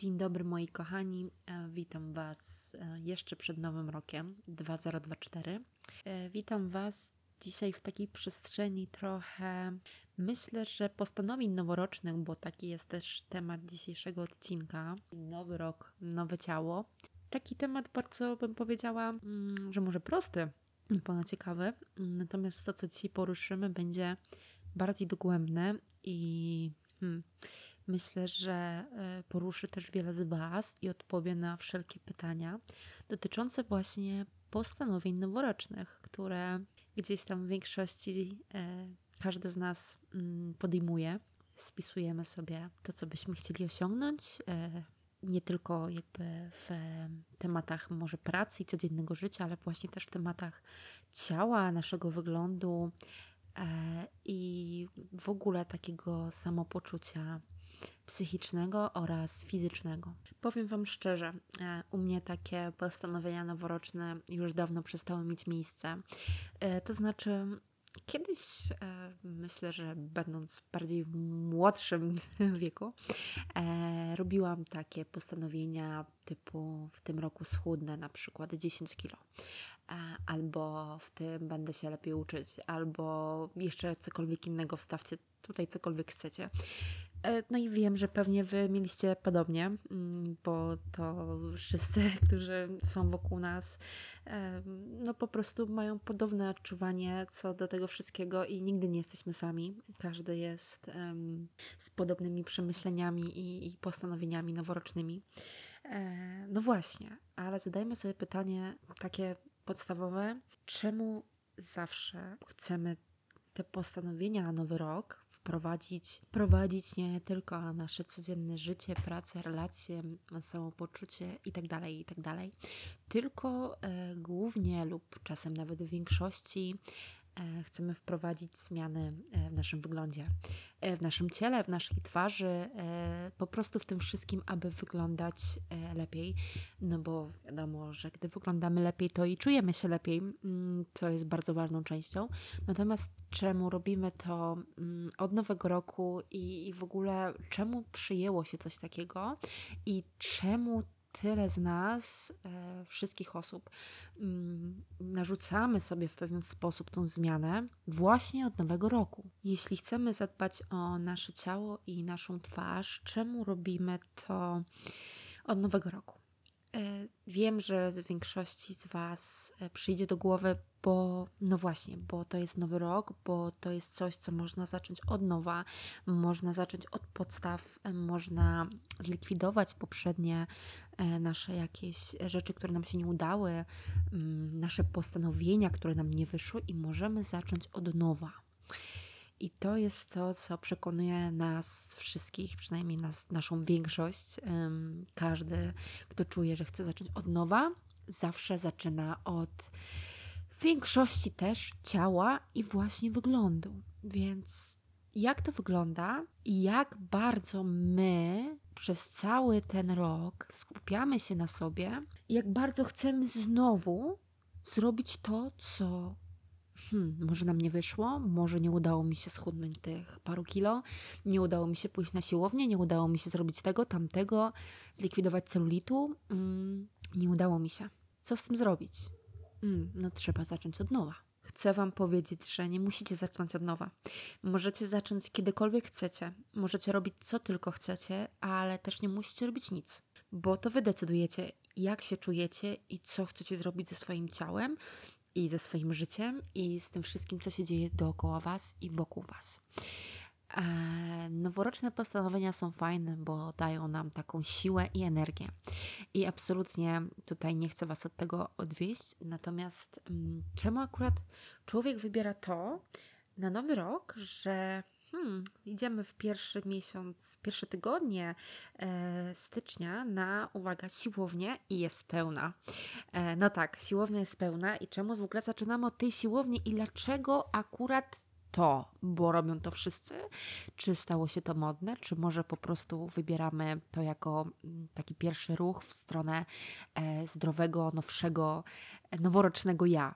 Dzień dobry moi kochani, witam Was jeszcze przed Nowym Rokiem 2024. Witam Was dzisiaj w takiej przestrzeni trochę, myślę, że postanowień noworocznych, bo taki jest też temat dzisiejszego odcinka. Nowy rok, nowe ciało. Taki temat bardzo bym powiedziała, że może prosty, ponad ciekawy, natomiast to, co dzisiaj poruszymy, będzie bardziej dogłębne i myślę, że poruszy też wiele z Was i odpowie na wszelkie pytania dotyczące właśnie postanowień noworocznych, które gdzieś tam w większości każdy z nas podejmuje. Spisujemy sobie to, co byśmy chcieli osiągnąć, nie tylko jakby w tematach może pracy i codziennego życia, ale właśnie też w tematach ciała, naszego wyglądu i w ogóle takiego samopoczucia psychicznego oraz fizycznego. Powiem Wam szczerze, u mnie takie postanowienia noworoczne już dawno przestały mieć miejsce. To znaczy, kiedyś myślę, że będąc bardziej w młodszym wieku, robiłam takie postanowienia typu w tym roku schudnę na przykład 10 kilo. Albo w tym będę się lepiej uczyć, albo jeszcze cokolwiek innego, wstawcie tutaj cokolwiek chcecie. No i wiem, że pewnie Wy mieliście podobnie, bo to wszyscy, którzy są wokół nas, no po prostu mają podobne odczuwanie co do tego wszystkiego i nigdy nie jesteśmy sami. Każdy jest z podobnymi przemyśleniami i postanowieniami noworocznymi. No właśnie, ale zadajmy sobie pytanie takie podstawowe, czemu zawsze chcemy te postanowienia na nowy rok wprowadzić nie tylko na nasze codzienne życie, pracę, relacje, samopoczucie itd., tylko głównie lub czasem nawet w większości chcemy wprowadzić zmiany w naszym wyglądzie, w naszym ciele, w naszej twarzy, po prostu w tym wszystkim, aby wyglądać lepiej, no bo wiadomo, że gdy wyglądamy lepiej, to i czujemy się lepiej, co jest bardzo ważną częścią. Natomiast czemu robimy to od nowego roku i w ogóle czemu przyjęło się coś takiego i czemu tyle z nas, wszystkich osób, narzucamy sobie w pewien sposób tą zmianę właśnie od nowego roku. Jeśli chcemy zadbać o nasze ciało i naszą twarz, czemu robimy to od nowego roku? Wiem, że z większości z Was przyjdzie do głowy, bo no właśnie, bo to jest nowy rok, bo to jest coś, co można zacząć od nowa, można zacząć od podstaw, można zlikwidować poprzednie nasze jakieś rzeczy, które nam się nie udały, nasze postanowienia, które nam nie wyszły i możemy zacząć od nowa. I to jest to, co przekonuje nas wszystkich, przynajmniej naszą większość. Każdy, kto czuje, że chce zacząć od nowa, zawsze zaczyna od większości też ciała i właśnie wyglądu. Więc jak to wygląda i jak bardzo my przez cały ten rok skupiamy się na sobie i jak bardzo chcemy znowu zrobić to, co może nam nie wyszło, może nie udało mi się schudnąć tych paru kilo, nie udało mi się pójść na siłownię, nie udało mi się zrobić tego, tamtego, zlikwidować celulitu, nie udało mi się. Co z tym zrobić? No trzeba zacząć od nowa. Chcę Wam powiedzieć, że nie musicie zacząć od nowa. Możecie zacząć kiedykolwiek chcecie, możecie robić co tylko chcecie, ale też nie musicie robić nic, bo to Wy decydujecie, jak się czujecie i co chcecie zrobić ze swoim ciałem, i ze swoim życiem i z tym wszystkim, co się dzieje dookoła Was i wokół Was. Noworoczne postanowienia są fajne, bo dają nam taką siłę i energię. I absolutnie tutaj nie chcę Was od tego odwieść. Natomiast czemu akurat człowiek wybiera to na nowy rok, że idziemy w pierwszy miesiąc, pierwsze tygodnie stycznia na, uwaga, siłownię i jest pełna. No tak, siłownia jest pełna i czemu w ogóle zaczynamy od tej siłowni i dlaczego akurat to? Bo robią to wszyscy? Czy stało się to modne? Czy może po prostu wybieramy to jako taki pierwszy ruch w stronę zdrowego, nowszego, noworocznego ja?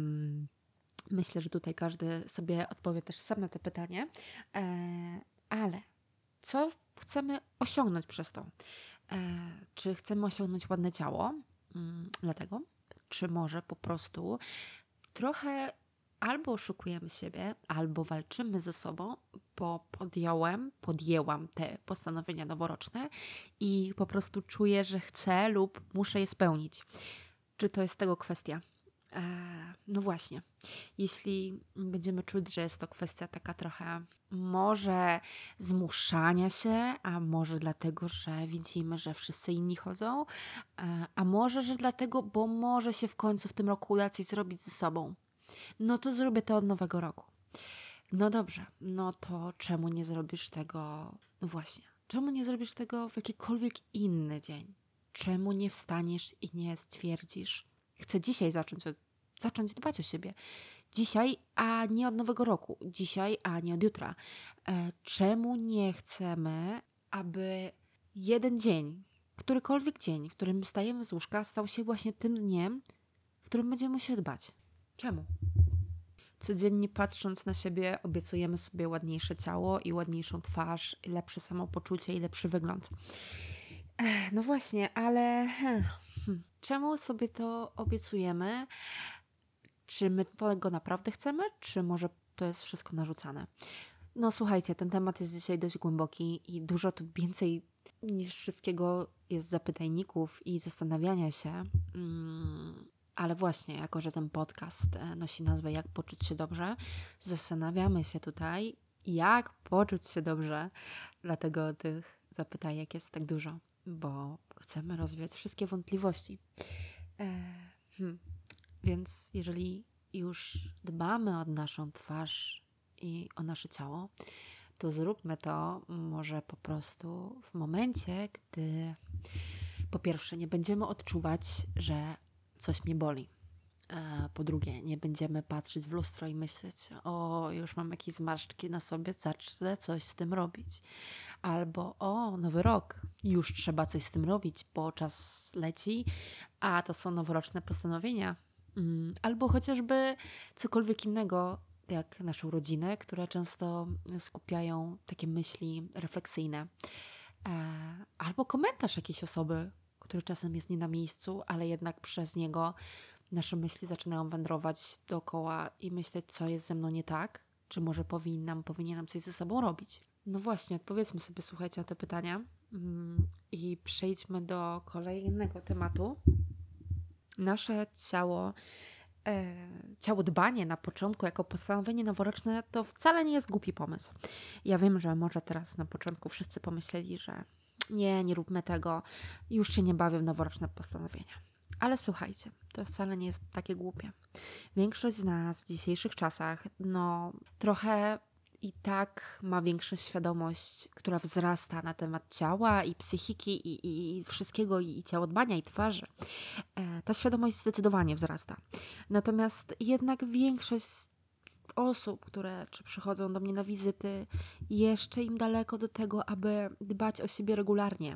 Myślę, że tutaj każdy sobie odpowie też sam na to pytanie, ale co chcemy osiągnąć przez to? Czy chcemy osiągnąć ładne ciało? Dlatego? Czy może po prostu trochę albo oszukujemy siebie, albo walczymy ze sobą, bo podjęłam te postanowienia noworoczne i po prostu czuję, że chcę lub muszę je spełnić. Czy to jest tego kwestia? No właśnie. Jeśli będziemy czuć, że jest to kwestia taka trochę może zmuszania się, a może dlatego, że widzimy, że wszyscy inni chodzą, a może, że dlatego, bo może się w końcu w tym roku uda coś zrobić ze sobą. No to zrobię to od nowego roku. No dobrze, no to czemu nie zrobisz tego, no właśnie, czemu nie zrobisz tego w jakikolwiek inny dzień? Czemu nie wstaniesz i nie stwierdzisz, chcę dzisiaj zacząć dbać o siebie. Dzisiaj, a nie od nowego roku. Dzisiaj, a nie od jutra. Czemu nie chcemy, aby jeden dzień, którykolwiek dzień, w którym wstajemy z łóżka, stał się właśnie tym dniem, w którym będziemy się dbać? Czemu? Codziennie patrząc na siebie, obiecujemy sobie ładniejsze ciało i ładniejszą twarz, i lepsze samopoczucie i lepszy wygląd. No właśnie, ale czemu sobie to obiecujemy? Czy my tego naprawdę chcemy, czy może to jest wszystko narzucane? No słuchajcie, ten temat jest dzisiaj dość głęboki i dużo tu więcej niż wszystkiego jest zapytajników i zastanawiania się. Ale właśnie, jako że ten podcast nosi nazwę Jak poczuć się dobrze, zastanawiamy się tutaj, jak poczuć się dobrze. Dlatego tych zapytajek jest tak dużo, bo chcemy rozwiać wszystkie wątpliwości. Więc jeżeli już dbamy o naszą twarz i o nasze ciało, to zróbmy to może po prostu w momencie, gdy po pierwsze nie będziemy odczuwać, że coś mnie boli. Po drugie, nie będziemy patrzeć w lustro i myśleć, o, już mam jakieś zmarszczki na sobie, zacznę coś z tym robić. Albo, o, nowy rok, już trzeba coś z tym robić, bo czas leci, a to są noworoczne postanowienia. Albo chociażby cokolwiek innego, jak naszą rodzinę, które często skupiają takie myśli refleksyjne. Albo komentarz jakiejś osoby, który czasem jest nie na miejscu, ale jednak przez niego nasze myśli zaczynają wędrować dookoła i myśleć, co jest ze mną nie tak, czy może powinienem coś ze sobą robić. No właśnie, odpowiedzmy sobie, słuchajcie, na te pytania i przejdźmy do kolejnego tematu. Nasze ciało dbanie na początku jako postanowienie noworoczne to wcale nie jest głupi pomysł. Ja wiem, że może teraz na początku wszyscy pomyśleli, że nie róbmy tego, już się nie bawię w noworoczne postanowienia. Ale słuchajcie, to wcale nie jest takie głupie. Większość z nas w dzisiejszych czasach, trochę i tak ma większą świadomość, która wzrasta na temat ciała i psychiki i wszystkiego, i ciałodbania, i twarzy. Ta świadomość zdecydowanie wzrasta. Natomiast jednak większość osób, które przychodzą do mnie na wizyty, jeszcze im daleko do tego, aby dbać o siebie regularnie.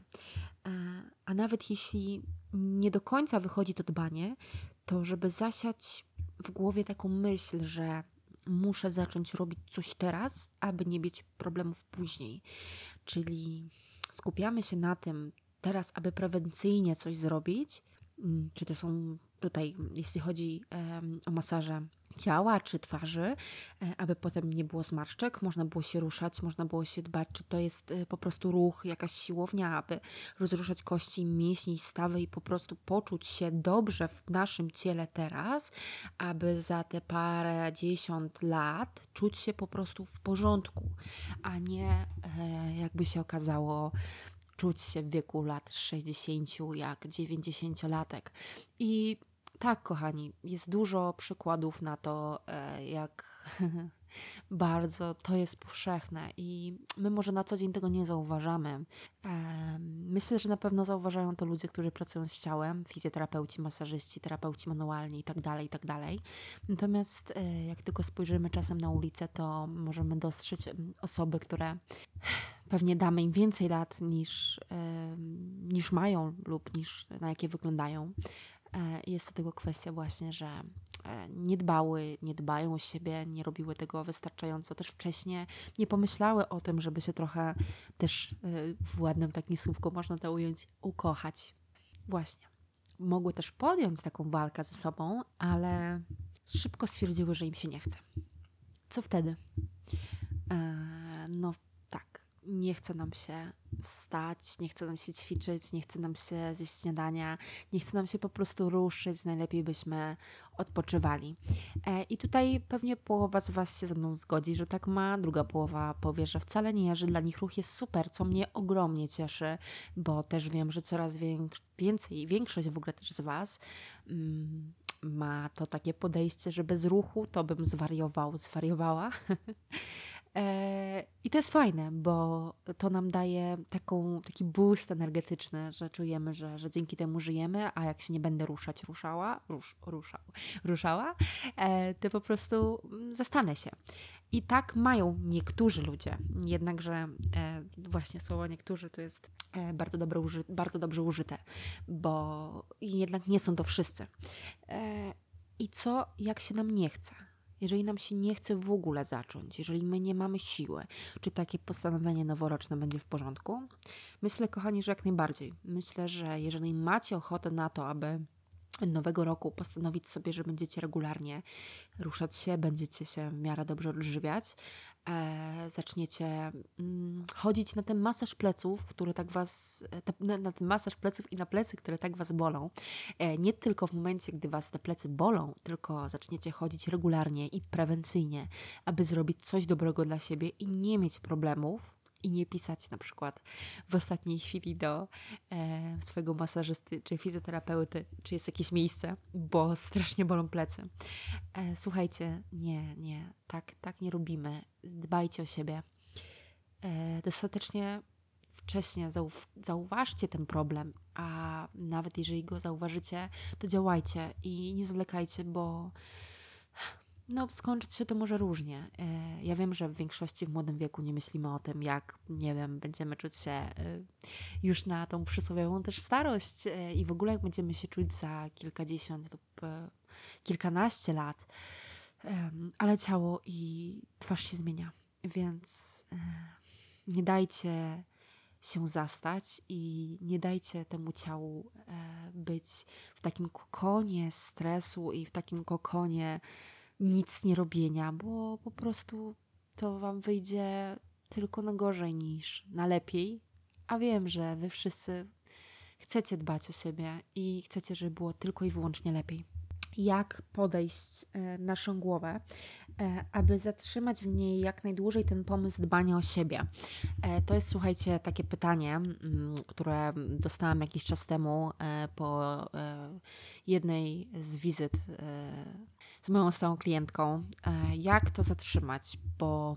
A nawet jeśli nie do końca wychodzi to dbanie, to żeby zasiać w głowie taką myśl, że muszę zacząć robić coś teraz, aby nie mieć problemów później. Czyli skupiamy się na tym teraz, aby prewencyjnie coś zrobić. Czy to są tutaj, jeśli chodzi o masaże ciała czy twarzy, aby potem nie było zmarszczek, można było się ruszać, można było się dbać, czy to jest po prostu ruch, jakaś siłownia, aby rozruszać kości, mięśnie i stawy i po prostu poczuć się dobrze w naszym ciele teraz, aby za te parę dziesiąt lat czuć się po prostu w porządku, a nie jakby się okazało czuć się w wieku lat 60 jak 90-latek. I tak, kochani, jest dużo przykładów na to, jak bardzo to jest powszechne i my może na co dzień tego nie zauważamy. Myślę, że na pewno zauważają to ludzie, którzy pracują z ciałem, fizjoterapeuci, masażyści, terapeuci manualni itd., itd. Natomiast jak tylko spojrzymy czasem na ulicę, to możemy dostrzec osoby, które pewnie damy im więcej lat niż mają lub niż na jakie wyglądają. Jest to tylko kwestia właśnie, że nie dbają o siebie, nie robiły tego wystarczająco też wcześnie, nie pomyślały o tym, żeby się trochę też w ładnym takim słówku można to ująć, ukochać. Właśnie. Mogły też podjąć taką walkę ze sobą, ale szybko stwierdziły, że im się nie chce. Co wtedy? No tak, nie chce nam się wstać, nie chce nam się ćwiczyć, nie chce nam się zjeść śniadania, nie chce nam się po prostu ruszyć, najlepiej byśmy odpoczywali. I tutaj pewnie połowa z Was się ze mną zgodzi, że tak ma, druga połowa powie, że wcale nie, że dla nich ruch jest super, co mnie ogromnie cieszy, bo też wiem, że coraz większość w ogóle też z Was ma to takie podejście, że bez ruchu to bym zwariowała. I to jest fajne, bo to nam daje taki boost energetyczny, że czujemy, że dzięki temu żyjemy, a jak się nie będę ruszała, to po prostu zastanę się. I tak mają niektórzy ludzie, jednakże właśnie słowo niektórzy to jest bardzo dobrze użyte, bo jednak nie są to wszyscy. I co, jak się nam nie chce? Jeżeli nam się nie chce w ogóle zacząć, jeżeli my nie mamy siły, czy takie postanowienie noworoczne będzie w porządku? Myślę, kochani, że jak najbardziej. Myślę, że jeżeli macie ochotę na to, aby nowego roku postanowić sobie, że będziecie regularnie ruszać się, będziecie się w miarę dobrze odżywiać, zaczniecie chodzić na ten masaż pleców, który tak was, na ten masaż pleców i na plecy, które tak was bolą. Nie tylko w momencie, gdy was te plecy bolą, tylko zaczniecie chodzić regularnie i prewencyjnie, aby zrobić coś dobrego dla siebie i nie mieć problemów, i nie pisać na przykład w ostatniej chwili do swojego masażysty czy fizjoterapeuty, czy jest jakieś miejsce, bo strasznie bolą plecy. Słuchajcie, nie, tak nie robimy. Dbajcie o siebie. Dostatecznie wcześnie zauważcie ten problem, a nawet jeżeli go zauważycie, to działajcie i nie zwlekajcie, bo skończyć się to może różnie. Ja wiem, że w większości w młodym wieku nie myślimy o tym, jak, nie wiem, będziemy czuć się już na tą przysłowiową też starość i w ogóle jak będziemy się czuć za kilkadziesiąt lub kilkanaście lat. Ale ciało i twarz się zmienia, więc nie dajcie się zastać i nie dajcie temu ciału być w takim kokonie stresu i w takim kokonie nic nie robienia, bo po prostu to wam wyjdzie tylko na gorzej niż na lepiej, a wiem, że wy wszyscy chcecie dbać o siebie i chcecie, żeby było tylko i wyłącznie lepiej. Jak podejść naszą głowę, aby zatrzymać w niej jak najdłużej ten pomysł dbania o siebie? To jest, słuchajcie, takie pytanie, które dostałam jakiś czas temu po jednej z wizyt z moją stałą klientką. Jak to zatrzymać? Bo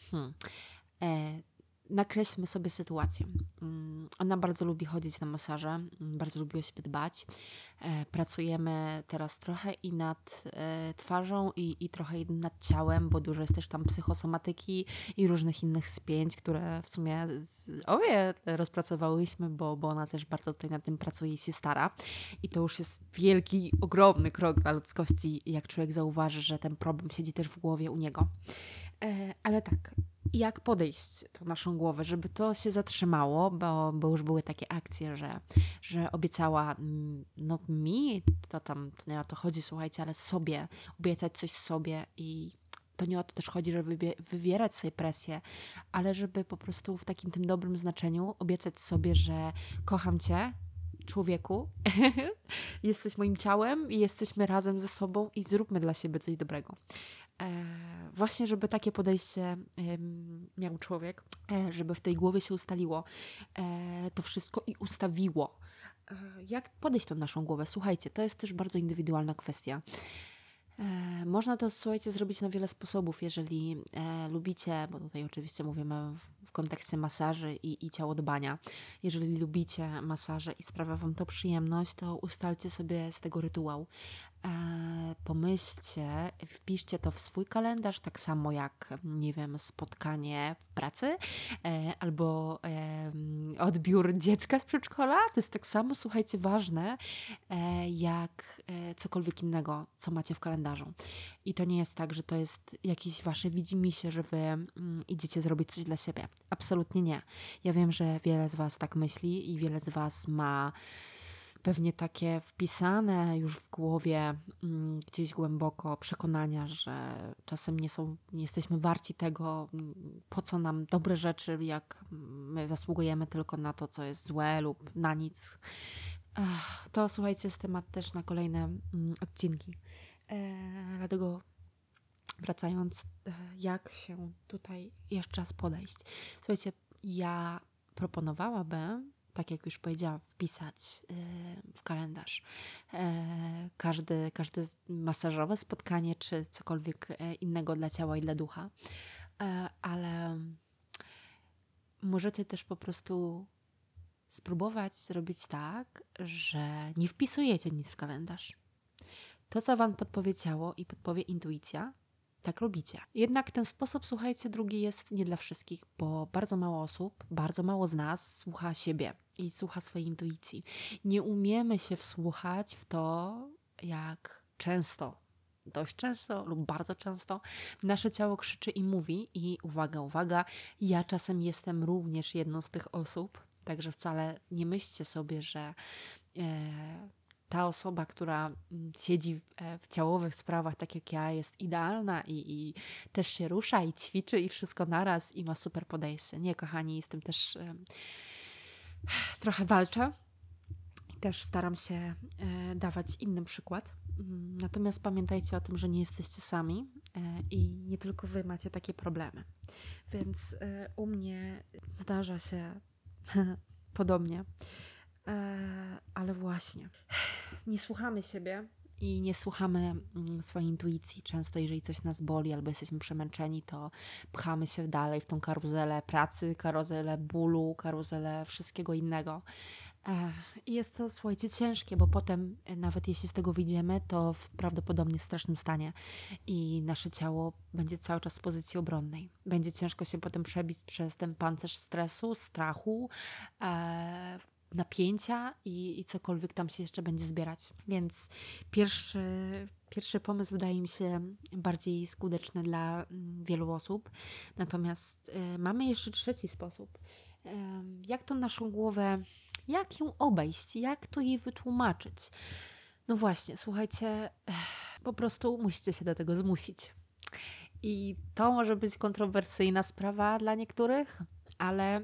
nakreślmy sobie sytuację. Ona bardzo lubi chodzić na masaże, bardzo lubi o siebie dbać. Pracujemy teraz trochę i nad twarzą i trochę nad ciałem, bo dużo jest też tam psychosomatyki i różnych innych spięć, które w sumie obie rozpracowałyśmy, bo ona też bardzo tutaj nad tym pracuje i się stara. I to już jest wielki, ogromny krok dla ludzkości, jak człowiek zauważy, że ten problem siedzi też w głowie u niego. Ale tak, jak podejść tą naszą głowę, żeby to się zatrzymało, bo już były takie akcje, że obiecała mi, to nie o to chodzi, słuchajcie, ale sobie, obiecać coś sobie i to nie o to też chodzi, żeby wywierać sobie presję, ale żeby po prostu w takim tym dobrym znaczeniu obiecać sobie, że kocham Cię, człowieku, jesteś moim ciałem i jesteśmy razem ze sobą i zróbmy dla siebie coś dobrego. Właśnie, żeby takie podejście miał człowiek, żeby w tej głowie się ustaliło to wszystko i ustawiło. Jak podejść tą naszą głowę? Słuchajcie, to jest też bardzo indywidualna kwestia. Można to, słuchajcie, zrobić na wiele sposobów, jeżeli lubicie, bo tutaj oczywiście mówimy w kontekście masaży i ciałodbania. Jeżeli lubicie masaże i sprawia Wam to przyjemność, to ustalcie sobie z tego rytuał. pomyślcie, wpiszcie to w swój kalendarz, tak samo jak, nie wiem, spotkanie w pracy albo odbiór dziecka z przedszkola. To jest tak samo, słuchajcie, ważne jak cokolwiek innego, co macie w kalendarzu. I to nie jest tak, że to jest jakieś wasze widzimisię, że wy idziecie zrobić coś dla siebie. Absolutnie nie. Ja wiem, że wiele z was tak myśli i wiele z was ma pewnie takie wpisane już w głowie gdzieś głęboko przekonania, że czasem nie jesteśmy warci tego, po co nam dobre rzeczy, jak my zasługujemy tylko na to, co jest złe lub na nic. To słuchajcie, jest temat też na kolejne odcinki. Dlatego wracając, jak się tutaj jeszcze raz podejść. Słuchajcie, ja proponowałabym, tak jak już powiedziałam, wpisać w kalendarz każde masażowe spotkanie, czy cokolwiek innego dla ciała i dla ducha. Ale możecie też po prostu spróbować zrobić tak, że nie wpisujecie nic w kalendarz. To, co wam podpowie ciało i podpowie intuicja, tak robicie. Jednak ten sposób, słuchajcie, drugi jest nie dla wszystkich, bo bardzo mało osób, bardzo mało z nas słucha siebie i słucha swojej intuicji. Nie umiemy się wsłuchać w to, jak często, dość często lub bardzo często nasze ciało krzyczy i mówi i uwaga, uwaga, ja czasem jestem również jedną z tych osób, także wcale nie myślcie sobie, że ta osoba, która siedzi w ciałowych sprawach, tak jak ja, jest idealna i też się rusza i ćwiczy i wszystko naraz i ma super podejście. Nie, kochani, z tym też trochę walczę. Też staram się dawać innym przykład. Natomiast pamiętajcie o tym, że nie jesteście sami i nie tylko wy macie takie problemy. Więc u mnie zdarza się podobnie. Ale właśnie, nie słuchamy siebie i nie słuchamy swojej intuicji. Często jeżeli coś nas boli albo jesteśmy przemęczeni, to pchamy się dalej w tą karuzelę pracy, karuzelę bólu, karuzelę wszystkiego innego. I jest to, słuchajcie, ciężkie, bo potem nawet jeśli z tego wyjdziemy, to w prawdopodobnie strasznym stanie i nasze ciało będzie cały czas w pozycji obronnej. Będzie ciężko się potem przebić przez ten pancerz stresu, strachu, napięcia i cokolwiek tam się jeszcze będzie zbierać. Więc pierwszy pomysł wydaje mi się bardziej skuteczny dla wielu osób. Natomiast mamy jeszcze trzeci sposób. Jak to naszą głowę, jak ją obejść, jak to jej wytłumaczyć? No właśnie, słuchajcie, po prostu musicie się do tego zmusić. I to może być kontrowersyjna sprawa dla niektórych, ale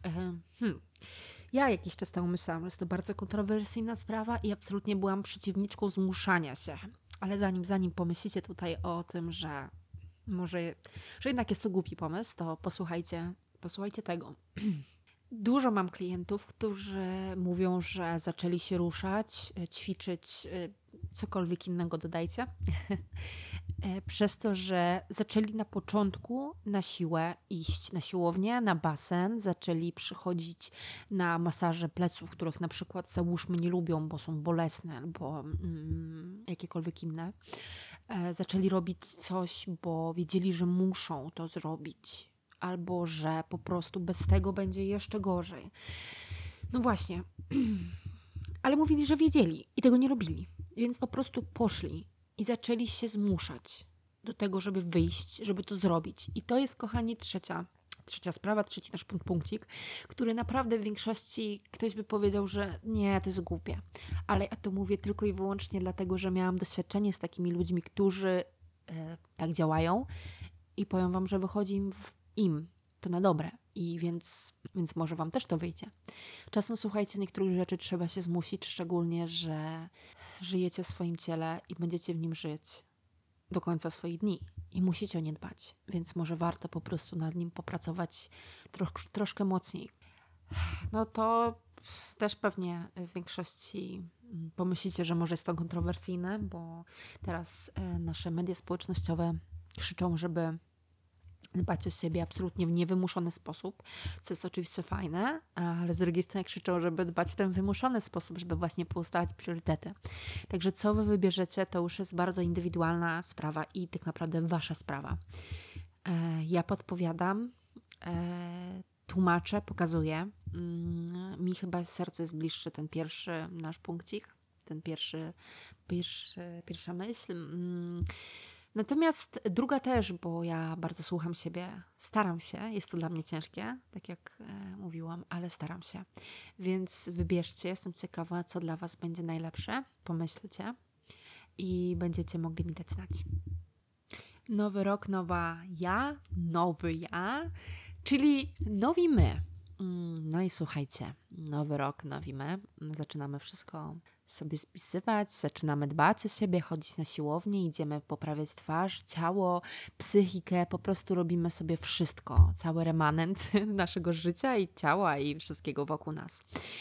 ja jakiś czas temu myślałam, że jest to bardzo kontrowersyjna sprawa i absolutnie byłam przeciwniczką zmuszania się. Ale zanim pomyślicie tutaj o tym, że może, że jednak jest to głupi pomysł, to posłuchajcie tego. Dużo mam klientów, którzy mówią, że zaczęli się ruszać, ćwiczyć, cokolwiek innego dodajcie, przez to, że zaczęli na początku na siłę iść na siłownię, na basen, zaczęli przychodzić na masaże pleców, których na przykład załóżmy nie lubią, bo są bolesne albo jakiekolwiek inne. Zaczęli robić coś, bo wiedzieli, że muszą to zrobić, albo że po prostu bez tego będzie jeszcze gorzej. No właśnie, ale mówili, że wiedzieli i tego nie robili, więc po prostu poszli i zaczęli się zmuszać do tego, żeby wyjść, żeby to zrobić. I to jest, kochani, trzecia sprawa, trzeci nasz punkcik, który naprawdę w większości ktoś by powiedział, że nie, to jest głupie. Ale ja to mówię tylko i wyłącznie dlatego, że miałam doświadczenie z takimi ludźmi, którzy tak działają i powiem wam, że wychodzi im to na dobre. I więc może wam też to wyjdzie. Czasem, słuchajcie, niektórych rzeczy trzeba się zmusić, szczególnie, że żyjecie w swoim ciele i będziecie w nim żyć do końca swoich dni i musicie o nie dbać, więc może warto po prostu nad nim popracować troszkę mocniej. No to też pewnie w większości pomyślicie, że może jest to kontrowersyjne, bo teraz nasze media społecznościowe krzyczą, żeby dbać o siebie absolutnie w niewymuszony sposób, co jest oczywiście fajne, ale z drugiej strony krzyczą, żeby dbać w ten wymuszony sposób, żeby właśnie poustalać priorytety. Także co wy wybierzecie, to już jest bardzo indywidualna sprawa i tak naprawdę wasza sprawa. Ja podpowiadam, tłumaczę, pokazuję. Mi chyba sercu jest bliższy ten pierwszy nasz punkcik, ten pierwsza myśl. Natomiast druga też, bo ja bardzo słucham siebie, staram się, jest to dla mnie ciężkie, tak jak mówiłam, ale staram się. Więc wybierzcie, jestem ciekawa, co dla was będzie najlepsze, pomyślcie i będziecie mogli mi dać znać. Nowy rok, nowy ja, czyli nowi my. No i słuchajcie, nowy rok, nowi my. Zaczynamy wszystko sobie spisywać, zaczynamy dbać o siebie, chodzić na siłownię, idziemy poprawiać twarz, ciało, psychikę, po prostu robimy sobie wszystko, cały remanent naszego życia i ciała i wszystkiego wokół nas.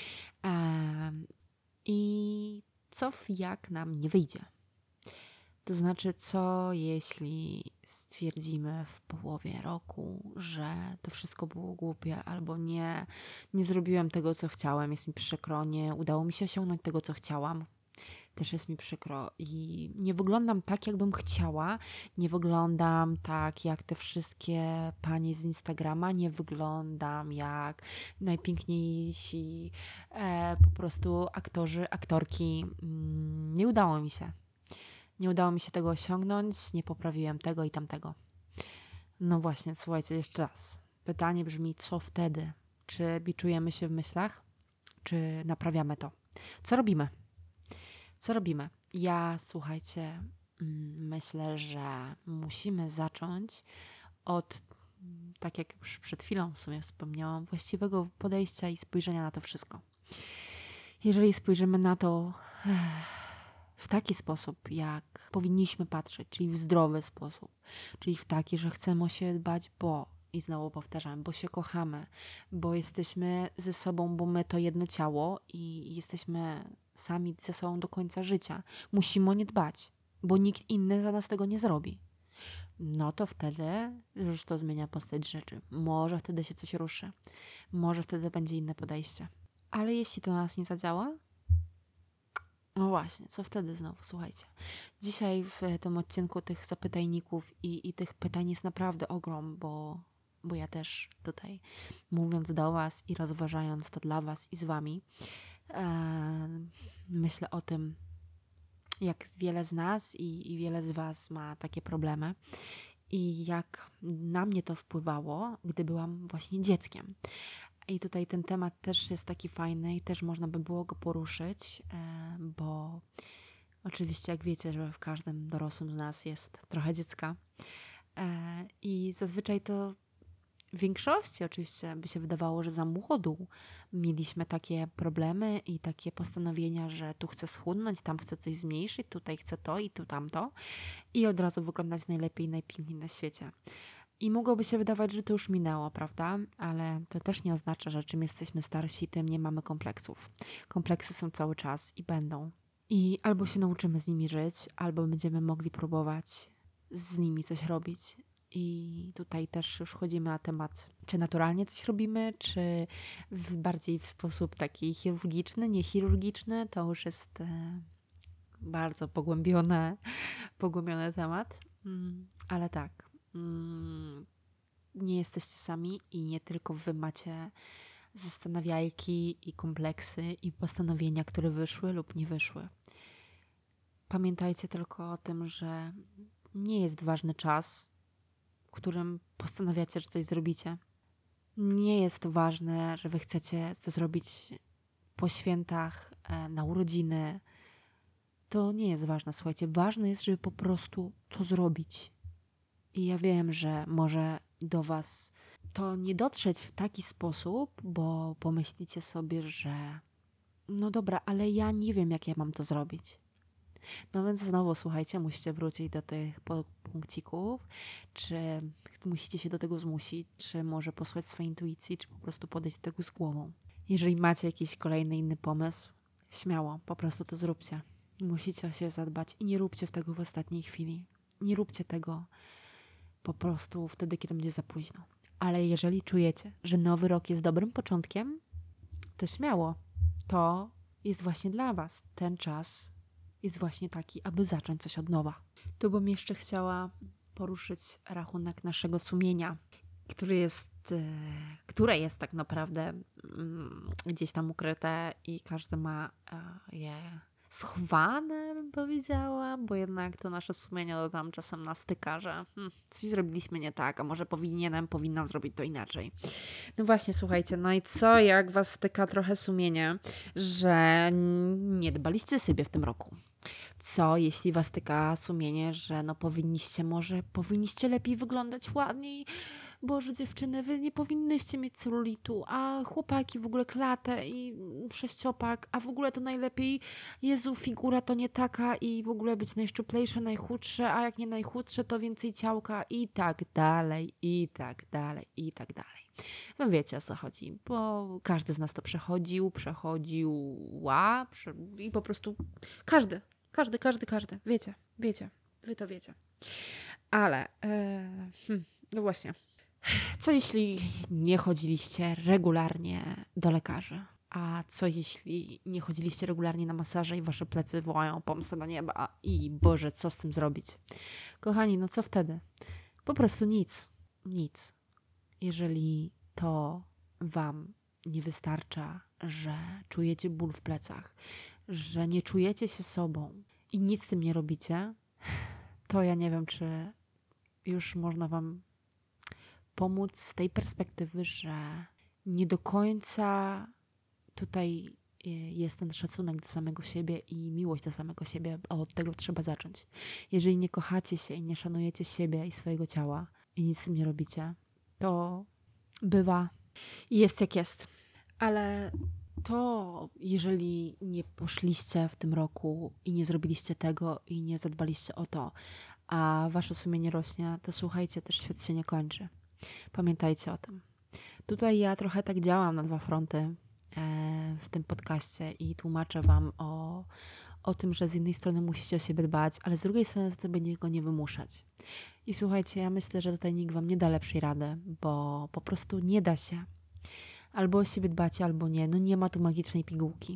I co jak nam nie wyjdzie? To znaczy, co jeśli stwierdzimy w połowie roku, że to wszystko było głupie albo nie zrobiłem tego, co chciałem, jest mi przykro, nie udało mi się osiągnąć tego, co chciałam, też jest mi przykro i nie wyglądam tak, jakbym chciała, nie wyglądam tak, jak te wszystkie panie z Instagrama, nie wyglądam jak najpiękniejsi po prostu aktorzy, aktorki. Nie udało mi się. Nie udało mi się tego osiągnąć, nie poprawiłem tego i tamtego. No właśnie, słuchajcie, jeszcze raz. Pytanie brzmi, co wtedy? Czy biczujemy się w myślach? Czy naprawiamy to? Co robimy? Co robimy? Ja, słuchajcie, myślę, że musimy zacząć od, tak jak już przed chwilą w sumie wspomniałam, właściwego podejścia i spojrzenia na to wszystko. Jeżeli spojrzymy na to w taki sposób, jak powinniśmy patrzeć, czyli w zdrowy sposób, czyli w taki, że chcemy o siebie dbać, i znowu powtarzam, bo się kochamy, bo jesteśmy ze sobą, bo my to jedno ciało i jesteśmy sami ze sobą do końca życia. Musimy o nie dbać, bo nikt inny za nas tego nie zrobi. No to wtedy już to zmienia postać rzeczy. Może wtedy się coś ruszy. Może wtedy będzie inne podejście. Ale jeśli to na nas nie zadziała, no właśnie, co wtedy znowu? Słuchajcie, dzisiaj w tym odcinku tych zapytajników i tych pytań jest naprawdę ogrom, bo ja też tutaj, mówiąc do was i rozważając to dla was i z wami, myślę o tym, jak wiele z nas i wiele z was ma takie problemy i jak na mnie to wpływało, gdy byłam właśnie dzieckiem. I tutaj ten temat też jest taki fajny i też można by było go poruszyć, bo oczywiście jak wiecie, że w każdym dorosłym z nas jest trochę dziecka i zazwyczaj to w większości oczywiście by się wydawało, że za młodu mieliśmy takie problemy i takie postanowienia, że tu chcę schudnąć, tam chcę coś zmniejszyć, tutaj chcę to i tu tamto i od razu wyglądać najlepiej i najpiękniej na świecie. I mogłoby się wydawać, że to już minęło, prawda? Ale to też nie oznacza, że czym jesteśmy starsi, tym nie mamy kompleksów. Kompleksy są cały czas i będą. I albo się nauczymy z nimi żyć, albo będziemy mogli próbować z nimi coś robić. I tutaj też już wchodzimy na temat, czy naturalnie coś robimy, czy bardziej w sposób taki chirurgiczny, niechirurgiczny. To już jest bardzo pogłębiony temat. Ale tak. Nie jesteście sami i nie tylko wy macie zastanawiajki i kompleksy i postanowienia, które wyszły lub nie wyszły. Pamiętajcie tylko o tym, że nie jest ważny czas, w którym postanawiacie, że coś zrobicie. Nie jest ważne, że wy chcecie to zrobić po świętach, na urodziny. To nie jest ważne, słuchajcie. Ważne jest, żeby po prostu to zrobić. I ja wiem, że może do was to nie dotrzeć w taki sposób, bo pomyślicie sobie, że no dobra, ale ja nie wiem, jak ja mam to zrobić. No więc znowu, słuchajcie, musicie wrócić do tych punkcików, czy musicie się do tego zmusić, czy może posłuchać swojej intuicji, czy po prostu podejść do tego z głową. Jeżeli macie jakiś kolejny inny pomysł, śmiało, po prostu to zróbcie. Musicie o siebie zadbać i nie róbcie tego w ostatniej chwili. Nie róbcie tego po prostu wtedy, kiedy będzie za późno. Ale jeżeli czujecie, że nowy rok jest dobrym początkiem, to śmiało. To jest właśnie dla Was. Ten czas jest właśnie taki, aby zacząć coś od nowa. Tu bym jeszcze chciała poruszyć rachunek naszego sumienia, które jest tak naprawdę gdzieś tam ukryte i każdy ma je schowane, bym powiedziała, bo jednak to nasze sumienie to tam czasem nastyka, że coś zrobiliśmy nie tak, a może powinnam zrobić to inaczej. No właśnie, słuchajcie, no i co, jak was styka trochę sumienie, że nie dbaliście o siebie w tym roku? Co, jeśli was tyka sumienie, że powinniście lepiej wyglądać ładniej? Boże, dziewczyny, wy nie powinnyście mieć celulitu, a chłopaki w ogóle klatę i sześciopak, a w ogóle to najlepiej, Jezu, figura to nie taka i w ogóle być najszczuplejsze, najchudsze, a jak nie najchudsze, to więcej ciałka i tak dalej, i tak dalej, i tak dalej. No wiecie, o co chodzi, bo każdy z nas to przechodziła i po prostu każdy, wiecie, wy to wiecie. Ale, no właśnie, co jeśli nie chodziliście regularnie do lekarzy? A co jeśli nie chodziliście regularnie na masaże i wasze plecy wołają pomstę do nieba? I Boże, co z tym zrobić? Kochani, no co wtedy? Po prostu nic. Jeżeli to wam nie wystarcza, że czujecie ból w plecach, że nie czujecie się sobą i nic z tym nie robicie, to ja nie wiem, czy już można wam pomóc z tej perspektywy, że nie do końca tutaj jest ten szacunek do samego siebie i miłość do samego siebie, a od tego trzeba zacząć. Jeżeli nie kochacie się i nie szanujecie siebie i swojego ciała i nic z tym nie robicie, to bywa i jest jak jest. Ale to, jeżeli nie poszliście w tym roku i nie zrobiliście tego i nie zadbaliście o to, a wasze sumienie rośnie, to słuchajcie, też świat się nie kończy. Pamiętajcie o tym. Tutaj ja trochę tak działam na dwa fronty w tym podcaście i tłumaczę wam o tym, że z jednej strony musicie o siebie dbać, ale z drugiej strony sobie niego nie wymuszać. I słuchajcie, ja myślę, że tutaj nikt wam nie da lepszej rady, bo po prostu nie da się. Albo o siebie dbacie, albo nie. No nie ma tu magicznej pigułki.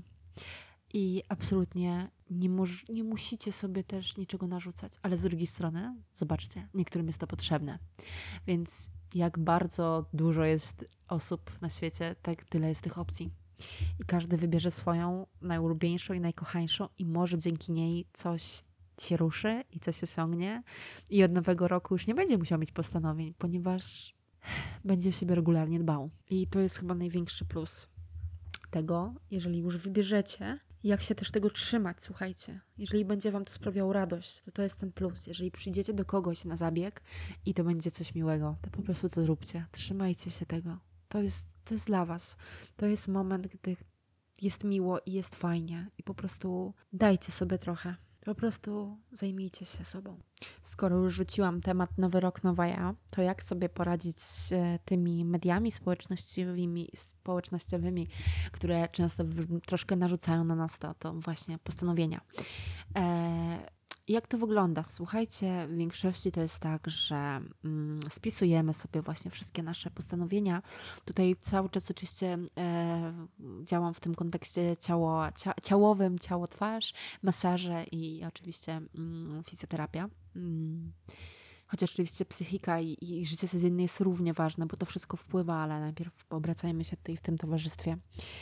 I absolutnie nie musicie sobie też niczego narzucać. Ale z drugiej strony, zobaczcie, niektórym jest to potrzebne. Więc jak bardzo dużo jest osób na świecie, tak tyle jest tych opcji. I każdy wybierze swoją najulubieńszą i najkochańszą i może dzięki niej coś się ruszy i coś się osiągnie. I od nowego roku już nie będzie musiał mieć postanowień, ponieważ będzie o siebie regularnie dbał. I to jest chyba największy plus tego, jeżeli już wybierzecie, jak się też tego trzymać, słuchajcie. Jeżeli będzie wam to sprawiało radość, to jest ten plus. Jeżeli przyjdziecie do kogoś na zabieg i to będzie coś miłego, to po prostu to zróbcie. Trzymajcie się tego. To jest dla was. To jest moment, gdy jest miło i jest fajnie. I po prostu dajcie sobie trochę. Po prostu zajmijcie się sobą. Skoro już rzuciłam temat Nowy Rok, Nowa Ja, to jak sobie poradzić z tymi mediami społecznościowymi, które często troszkę narzucają na nas to właśnie postanowienia. Jak to wygląda? Słuchajcie, w większości to jest tak, że spisujemy sobie właśnie wszystkie nasze postanowienia. Tutaj cały czas oczywiście działam w tym kontekście ciałowym, ciało-twarz, masaże i oczywiście fizjoterapia. Chociaż oczywiście psychika i życie codzienne jest równie ważne, bo to wszystko wpływa, ale najpierw obracajmy się tutaj w tym towarzystwie.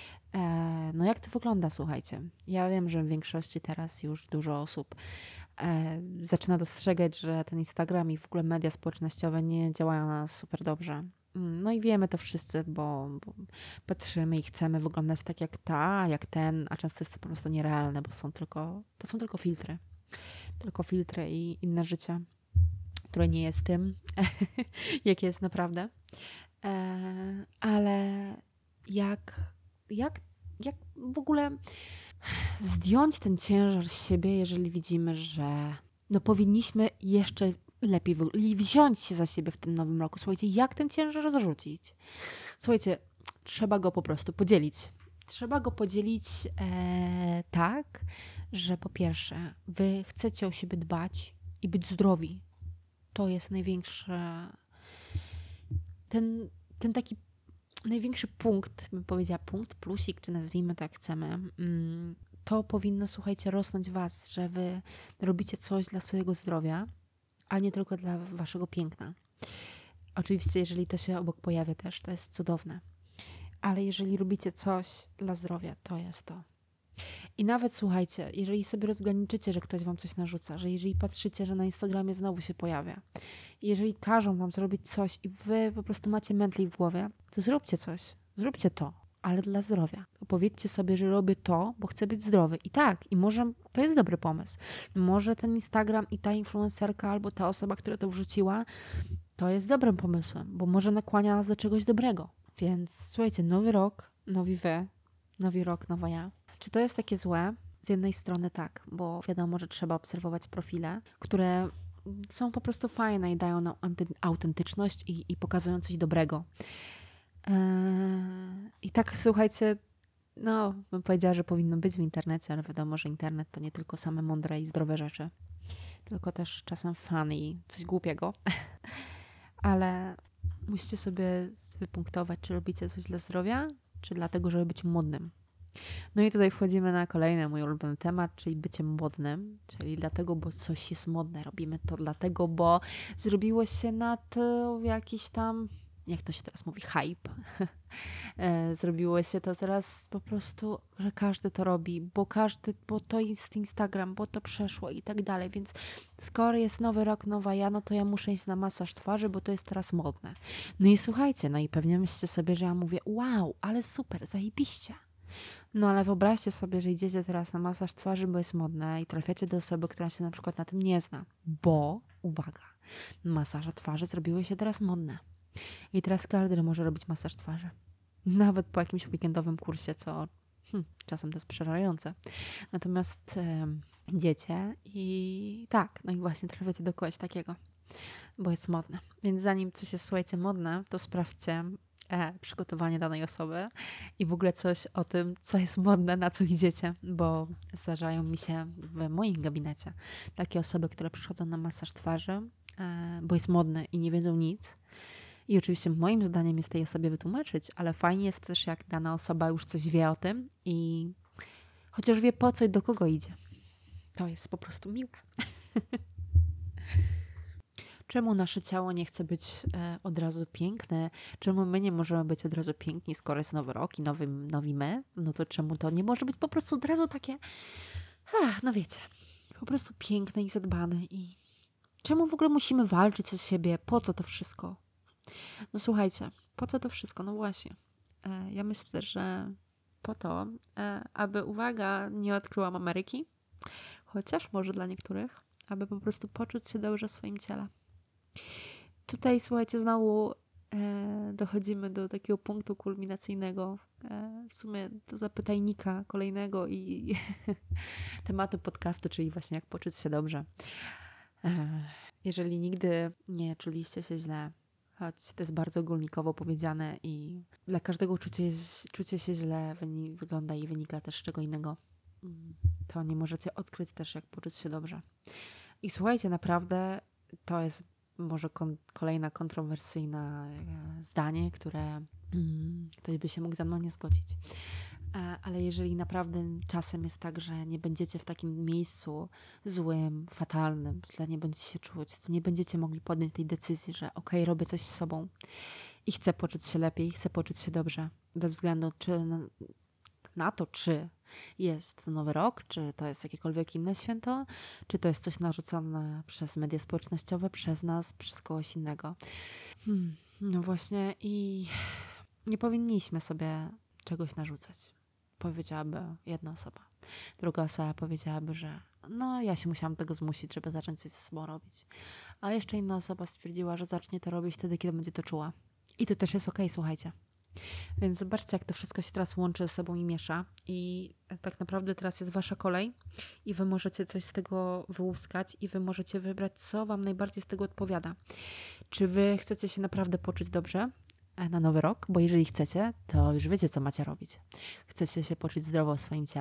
No jak to wygląda, słuchajcie? Ja wiem, że w większości teraz już dużo osób zaczyna dostrzegać, że ten Instagram i w ogóle media społecznościowe nie działają na nas super dobrze. No i wiemy to wszyscy, bo patrzymy i chcemy wyglądać tak jak ta, jak ten, a często jest to po prostu nierealne, bo to są tylko filtry. Tylko filtry i inne życie, które nie jest tym, jakie jest naprawdę. Ale jak w ogóle zdjąć ten ciężar z siebie, jeżeli widzimy, że powinniśmy jeszcze lepiej i wziąć się za siebie w tym nowym roku. Słuchajcie, jak ten ciężar zrzucić? Słuchajcie, trzeba go po prostu podzielić. Trzeba go podzielić tak, że po pierwsze, wy chcecie o siebie dbać i być zdrowi. to jest ten taki największy punkt, bym powiedziała punkt, plusik, czy nazwijmy to jak chcemy, to powinno, słuchajcie, rosnąć was, że wy robicie coś dla swojego zdrowia, a nie tylko dla waszego piękna. Oczywiście, jeżeli to się obok pojawia też, to jest cudowne. Ale jeżeli robicie coś dla zdrowia, to jest to. I nawet słuchajcie, jeżeli sobie rozgraniczycie, że ktoś wam coś narzuca, że jeżeli patrzycie, że na Instagramie znowu się pojawia, jeżeli każą wam zrobić coś i wy po prostu macie mętlik w głowie, to zróbcie coś. Zróbcie to, ale dla zdrowia. Powiedzcie sobie, że robię to, bo chcę być zdrowy. I tak, i może to jest dobry pomysł. Może ten Instagram i ta influencerka albo ta osoba, która to wrzuciła, to jest dobrym pomysłem, bo może nakłania nas do czegoś dobrego. Więc słuchajcie, nowy rok, nowi wy, nowy rok, nowa ja. Czy to jest takie złe? Z jednej strony tak, bo wiadomo, że trzeba obserwować profile, które są po prostu fajne i dają nam autentyczność i pokazują coś dobrego. I tak, słuchajcie, bym powiedziała, że powinno być w internecie, ale wiadomo, że internet to nie tylko same mądre i zdrowe rzeczy, tylko też czasem fun i coś głupiego. Ale musicie sobie wypunktować, czy robicie coś dla zdrowia, czy dlatego, żeby być modnym. No i tutaj wchodzimy na kolejny mój ulubiony temat, czyli bycie modnym, czyli dlatego, bo coś jest modne. Robimy to dlatego, bo zrobiło się na to jakiś tam, jak to się teraz mówi, hype. Zrobiło się to teraz po prostu, że każdy to robi, bo to jest Instagram, bo to przeszło i tak dalej, więc skoro jest nowy rok, nowa ja, no to ja muszę iść na masaż twarzy, bo to jest teraz modne. No i słuchajcie, no i pewnie myślicie sobie, że ja mówię, wow, ale super, zajebiście. No ale wyobraźcie sobie, że idziecie teraz na masaż twarzy, bo jest modne i trafiacie do osoby, która się na przykład na tym nie zna, bo, uwaga, masaże twarzy zrobiły się teraz modne. I teraz każdy może robić masaż twarzy. Nawet po jakimś weekendowym kursie, co czasem to jest przerażające. Natomiast idziecie i tak, no i właśnie trafiacie do kogoś takiego, bo jest modne. Więc zanim coś jest, słuchajcie, modne, to sprawdźcie przygotowanie danej osoby i w ogóle coś o tym, co jest modne, na co idziecie, bo zdarzają mi się w moim gabinecie takie osoby, które przychodzą na masaż twarzy, bo jest modne i nie wiedzą nic. I oczywiście moim zdaniem jest tej osobie wytłumaczyć, ale fajnie jest też, jak dana osoba już coś wie o tym i chociaż wie po co i do kogo idzie. To jest po prostu miłe. Czemu nasze ciało nie chce być od razu piękne? Czemu my nie możemy być od razu piękni, skoro jest nowy rok i nowi my? No to czemu to nie może być po prostu od razu takie, no wiecie, po prostu piękne i zadbane? I czemu w ogóle musimy walczyć o siebie? Po co to wszystko? No słuchajcie, po co to wszystko? No właśnie. Ja myślę, że po to, aby, uwaga, nie odkryłam Ameryki, chociaż może dla niektórych, aby po prostu poczuć się dobrze w swoim ciele. Tutaj, słuchajcie, znowu dochodzimy do takiego punktu kulminacyjnego, w sumie do zapytajnika kolejnego i tematu podcastu, czyli właśnie jak poczuć się dobrze. Jeżeli nigdy nie czuliście się źle, choć to jest bardzo ogólnikowo powiedziane i dla każdego czucie się źle wygląda i wynika też z czego innego, to nie możecie odkryć też, jak poczuć się dobrze. I słuchajcie, naprawdę to jest może kolejna kontrowersyjna zdanie, które ktoś by się mógł ze mną nie zgodzić. Ale jeżeli naprawdę czasem jest tak, że nie będziecie w takim miejscu złym, fatalnym, źle nie będziecie się czuć, to nie będziecie mogli podjąć tej decyzji, że okej, robię coś z sobą i chcę poczuć się lepiej, chcę poczuć się dobrze, bez względu na to, czy jest nowy rok, czy to jest jakiekolwiek inne święto, czy to jest coś narzucone przez media społecznościowe, przez nas, przez kogoś innego. No właśnie i nie powinniśmy sobie czegoś narzucać. Powiedziałaby jedna osoba. Druga osoba powiedziałaby, że ja się musiałam tego zmusić, żeby zacząć coś ze sobą robić. A jeszcze inna osoba stwierdziła, że zacznie to robić wtedy, kiedy będzie to czuła. I to też jest okej, słuchajcie. Więc zobaczcie, jak to wszystko się teraz łączy ze sobą i miesza. I tak naprawdę teraz jest wasza kolej i wy możecie coś z tego wyłuskać i wy możecie wybrać, co wam najbardziej z tego odpowiada. Czy wy chcecie się naprawdę poczuć dobrze na nowy rok? Bo jeżeli chcecie, to już wiecie, co macie robić. Chcecie się poczuć zdrowo w swoim ciele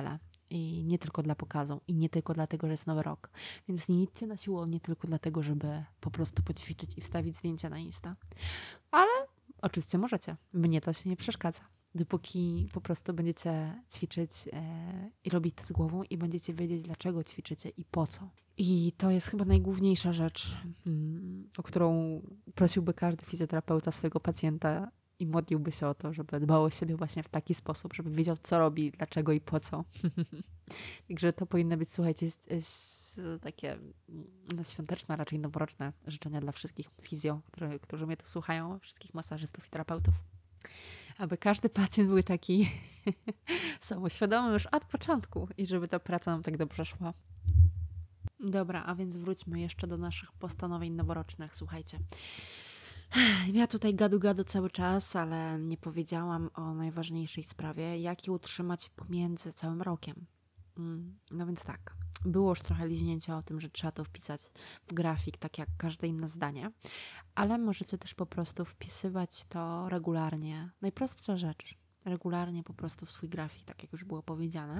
I nie tylko dla pokazu. I nie tylko dlatego, że jest nowy rok. Więc nie idźcie na siłownię tylko dlatego, żeby po prostu poćwiczyć i wstawić zdjęcia na Insta. Ale oczywiście możecie. Mnie to się nie przeszkadza. Dopóki po prostu będziecie ćwiczyć i robić to z głową i będziecie wiedzieć, dlaczego ćwiczycie i po co. I to jest chyba najgłówniejsza rzecz, o którą prosiłby każdy fizjoterapeuta swojego pacjenta i modliłby się o to, żeby dbał o siebie właśnie w taki sposób, żeby wiedział, co robi, dlaczego i po co. Także to powinny być, słuchajcie, takie świąteczne, raczej noworoczne życzenia dla wszystkich fizjo, którzy mnie tu słuchają, wszystkich masażystów i terapeutów. Aby każdy pacjent był taki samoświadomy już od początku i żeby ta praca nam tak dobrze szła. Dobra, a więc wróćmy jeszcze do naszych postanowień noworocznych. Słuchajcie, ja tutaj gadu cały czas, ale nie powiedziałam o najważniejszej sprawie, jak je utrzymać pomiędzy całym rokiem. No więc tak, było już trochę liźnięcia o tym, że trzeba to wpisać w grafik, tak jak każde inne zdanie, ale możecie też po prostu wpisywać to regularnie. Najprostsza rzecz, regularnie po prostu w swój grafik, tak jak już było powiedziane.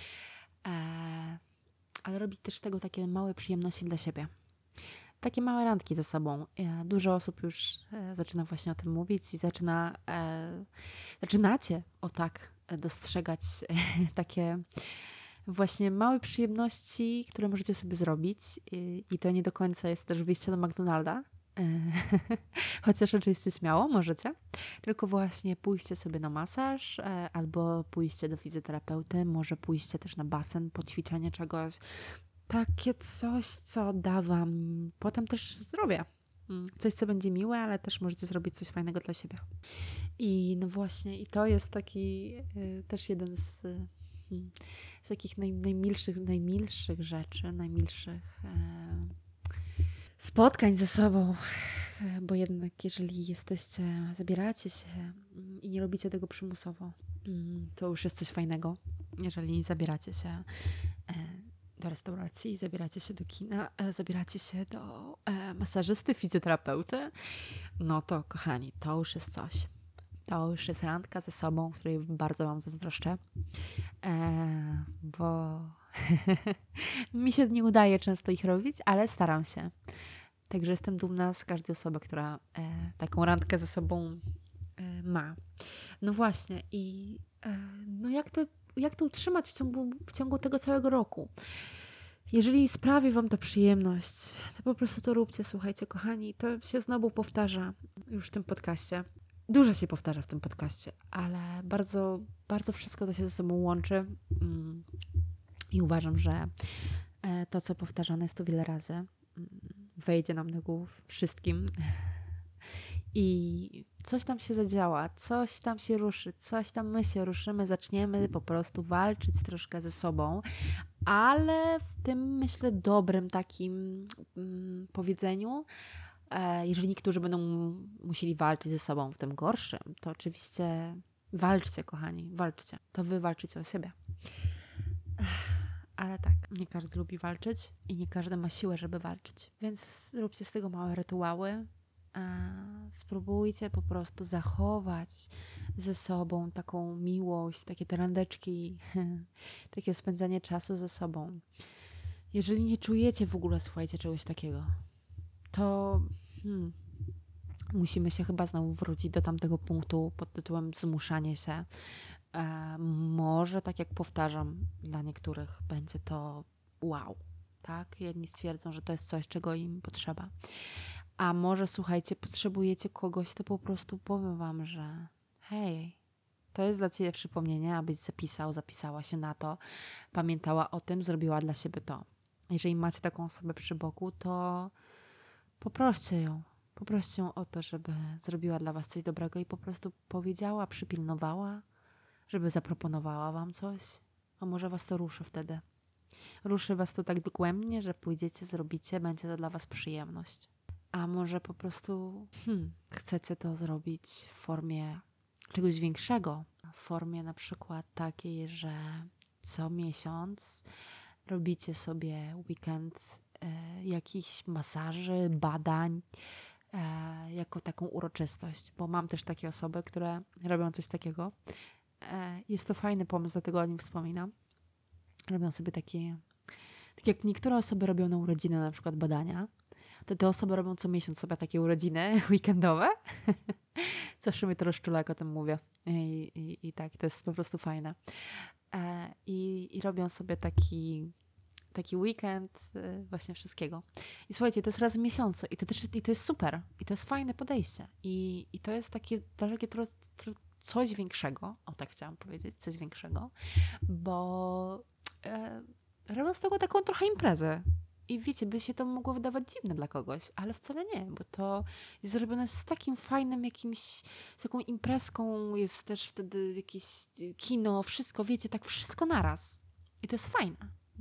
Ale robić też z tego takie małe przyjemności dla siebie. Takie małe randki ze sobą. Dużo osób już zaczyna właśnie o tym mówić i zaczynacie dostrzegać takie właśnie małe przyjemności, które możecie sobie zrobić i to nie do końca jest też wyjście do McDonalda, chociaż oczywiście śmiało możecie, tylko właśnie pójście sobie na masaż albo pójście do fizjoterapeuty, może pójście też na basen, poćwiczenie czegoś, takie coś, co da wam potem też zdrowie. Coś, co będzie miłe, ale też możecie zrobić coś fajnego dla siebie. I no właśnie, i to jest taki też jeden z takich najmilszych rzeczy, najmilszych spotkań ze sobą, bo jednak jeżeli zabieracie się i nie robicie tego przymusowo, to już jest coś fajnego. Jeżeli zabieracie się do restauracji, zabieracie się do kina, zabieracie się do masażysty, fizjoterapeuty, no to kochani, to już jest coś. To już jest randka ze sobą, której bardzo wam zazdroszczę, bo mi się nie udaje często ich robić, ale staram się. Także jestem dumna z każdej osoby, która taką randkę ze sobą ma. No właśnie i no jak to utrzymać w ciągu tego całego roku? Jeżeli sprawi wam to przyjemność, to po prostu to róbcie, słuchajcie, kochani. To się znowu powtarza już w tym podcaście. Dużo się powtarza w tym podcaście, ale bardzo, bardzo wszystko to się ze sobą łączy i uważam, że to, co powtarzane jest tu wiele razy, wejdzie nam do głów wszystkim i coś tam się zadziała, coś tam się ruszy, coś tam my się ruszymy, zaczniemy po prostu walczyć troszkę ze sobą, ale w tym, myślę, dobrym takim powiedzeniu, jeżeli niektórzy będą musieli walczyć ze sobą w tym gorszym, to oczywiście walczcie, kochani, walczcie. To wy walczycie o siebie. Ale tak, nie każdy lubi walczyć i nie każdy ma siłę, żeby walczyć. Więc zróbcie z tego małe rytuały. Spróbujcie po prostu zachować ze sobą taką miłość, takie te randeczki, takie spędzanie czasu ze sobą. Jeżeli nie czujecie w ogóle, słuchajcie, czegoś takiego, to musimy się chyba znowu wrócić do tamtego punktu pod tytułem zmuszanie się. Może, tak jak powtarzam, dla niektórych będzie to wow, tak? Jedni stwierdzą, że to jest coś, czego im potrzeba. A może, słuchajcie, potrzebujecie kogoś, kto po prostu powie wam, że hej, to jest dla ciebie przypomnienie, abyś zapisała się na to, pamiętała o tym, zrobiła dla siebie to. Jeżeli macie taką osobę przy boku, to poproście ją. Poproście ją o to, żeby zrobiła dla was coś dobrego i po prostu powiedziała, przypilnowała, żeby zaproponowała wam coś. A może was to ruszy wtedy. Ruszy was to tak dogłębnie, że pójdziecie, zrobicie, będzie to dla was przyjemność. A może po prostu chcecie to zrobić w formie czegoś większego. W formie na przykład takiej, że co miesiąc robicie sobie weekend jakichś masaży, badań, jako taką uroczystość. Bo mam też takie osoby, które robią coś takiego. Jest to fajny pomysł, dlatego o nim wspominam. robią sobie takie, tak jak niektóre osoby robią na urodziny na przykład badania, to te osoby robią co miesiąc sobie takie urodziny weekendowe. Zawsze mnie to rozczula, jak o tym mówię. I tak, to jest po prostu fajne. I robią sobie taki weekend właśnie wszystkiego. I słuchajcie, to jest raz w miesiącu i to jest super. I to jest fajne podejście. I to jest takie coś większego, o tak chciałam powiedzieć, coś większego, bo robią z tego taką trochę imprezę. I wiecie, by się to mogło wydawać dziwne dla kogoś, ale wcale nie, bo to jest zrobione z takim fajnym z taką imprezką, jest też wtedy jakieś kino, wszystko, wiecie, tak wszystko naraz. I to jest fajne,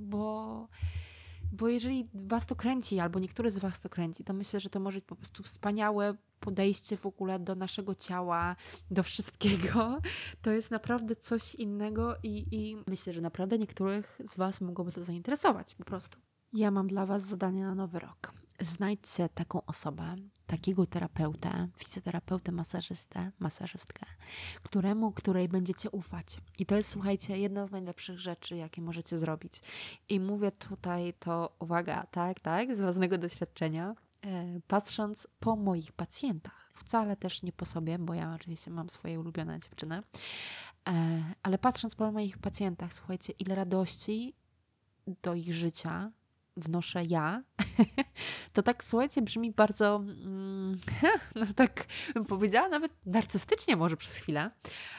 bo jeżeli was to kręci, albo niektóry z was to kręci, to myślę, że to może być po prostu wspaniałe podejście w ogóle do naszego ciała, do wszystkiego. To jest naprawdę coś innego i myślę, że naprawdę niektórych z was mogłoby to zainteresować po prostu. Ja mam dla was zadanie na nowy rok. Znajdźcie taką osobę, takiego terapeutę, fizjoterapeutę, masażystkę, której będziecie ufać. I to jest, słuchajcie, jedna z najlepszych rzeczy, jakie możecie zrobić. I mówię tutaj to, uwaga, tak, z własnego doświadczenia, patrząc po moich pacjentach. Wcale też nie po sobie, bo ja oczywiście mam swoje ulubione dziewczyny, ale patrząc po moich pacjentach, słuchajcie, ile radości do ich życia wnoszę ja, to tak, słuchajcie, brzmi bardzo, no tak bym powiedziała, nawet narcystycznie może przez chwilę,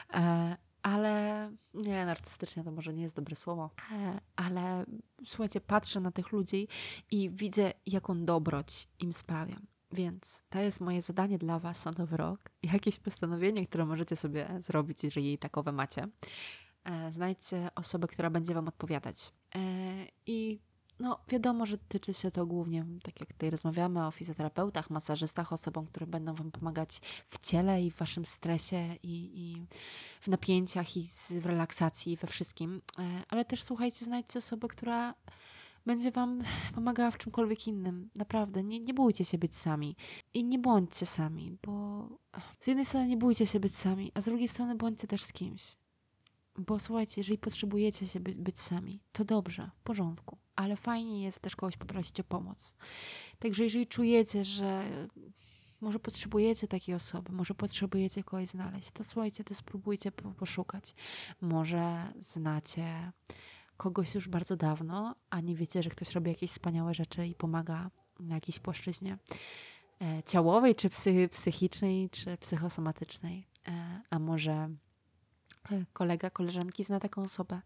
ale nie, narcystycznie to może nie jest dobre słowo, ale słuchajcie, patrzę na tych ludzi i widzę, jaką dobroć im sprawiam. Więc to jest moje zadanie dla was na nowy rok. Jakieś postanowienie, które możecie sobie zrobić, jeżeli takowe macie. Znajdźcie osobę, która będzie wam odpowiadać. I no, wiadomo, że tyczy się to głównie, tak jak tutaj rozmawiamy o fizjoterapeutach, masażystach, osobom, które będą wam pomagać w ciele i w waszym stresie i w napięciach i w relaksacji, we wszystkim. Ale też, słuchajcie, znajdźcie osobę, która będzie wam pomagała w czymkolwiek innym. Naprawdę, nie bójcie się być sami. I nie bądźcie sami, bo z jednej strony nie bójcie się być sami, a z drugiej strony bądźcie też z kimś. Bo słuchajcie, jeżeli potrzebujecie się być sami, to dobrze, w porządku. Ale fajnie jest też kogoś poprosić o pomoc. Także jeżeli czujecie, że może potrzebujecie takiej osoby, może potrzebujecie kogoś znaleźć, to słuchajcie, to spróbujcie poszukać. Może znacie kogoś już bardzo dawno, a nie wiecie, że ktoś robi jakieś wspaniałe rzeczy i pomaga na jakiejś płaszczyźnie ciałowej, czy psychicznej, czy psychosomatycznej. A może kolega, koleżanki zna taką osobę.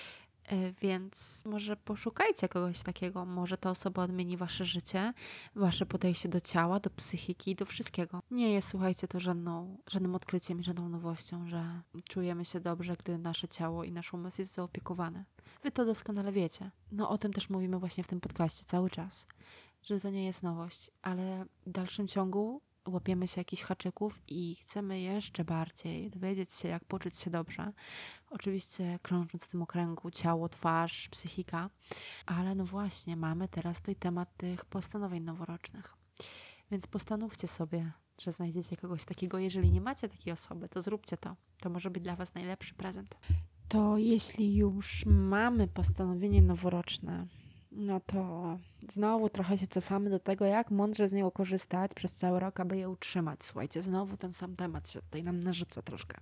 Więc może poszukajcie kogoś takiego. Może ta osoba odmieni wasze życie, wasze podejście do ciała, do psychiki, do wszystkiego. Nie jest, słuchajcie, to żadnym odkryciem i żadną nowością, że czujemy się dobrze, gdy nasze ciało i nasz umysł jest zaopiekowane. Wy to doskonale wiecie. No o tym też mówimy właśnie w tym podcaście cały czas, że to nie jest nowość, ale w dalszym ciągu łapiemy się jakichś haczyków i chcemy jeszcze bardziej dowiedzieć się, jak poczuć się dobrze. Oczywiście krążąc w tym okręgu ciało, twarz, psychika, ale no właśnie, mamy teraz tutaj temat tych postanowień noworocznych. Więc postanówcie sobie, że znajdziecie kogoś takiego. Jeżeli nie macie takiej osoby, to zróbcie to. To może być dla was najlepszy prezent. To jeśli już mamy postanowienie noworoczne, no to znowu trochę się cofamy do tego, jak mądrze z niego korzystać przez cały rok, aby je utrzymać. Słuchajcie, znowu ten sam temat się tutaj nam narzuca troszkę.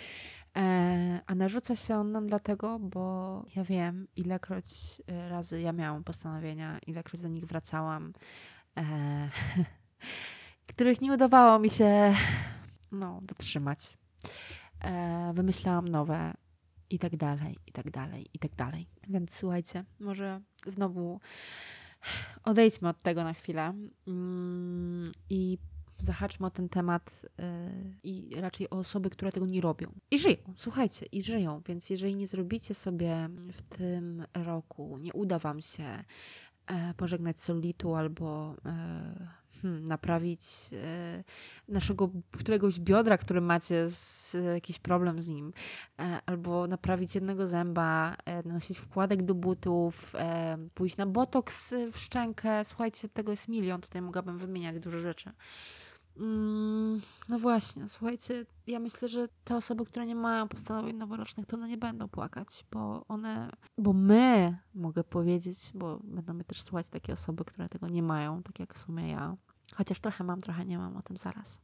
A narzuca się on nam dlatego, bo ja wiem, ilekroć razy ja miałam postanowienia, ilekroć do nich wracałam, których nie udawało mi się dotrzymać. Wymyślałam nowe i tak dalej, i tak dalej, i tak dalej. Więc słuchajcie, może znowu odejdźmy od tego na chwilę i zahaczmy o ten temat i raczej o osoby, które tego nie robią. I żyją, słuchajcie, i żyją. Więc jeżeli nie zrobicie sobie w tym roku, nie uda wam się pożegnać celulitu albo naprawić naszego któregoś biodra, który macie jakiś problem z nim, albo naprawić jednego zęba, nosić wkładek do butów, pójść na botoks w szczękę. Słuchajcie, tego jest milion, tutaj mogłabym wymieniać dużo rzeczy. No właśnie, słuchajcie, ja myślę, że te osoby, które nie mają postanowień noworocznych, to one nie będą płakać, bo my, mogę powiedzieć, bo będą mnie też słuchać takie osoby, które tego nie mają, tak jak w sumie ja, chociaż trochę mam, trochę nie mam, o tym zaraz.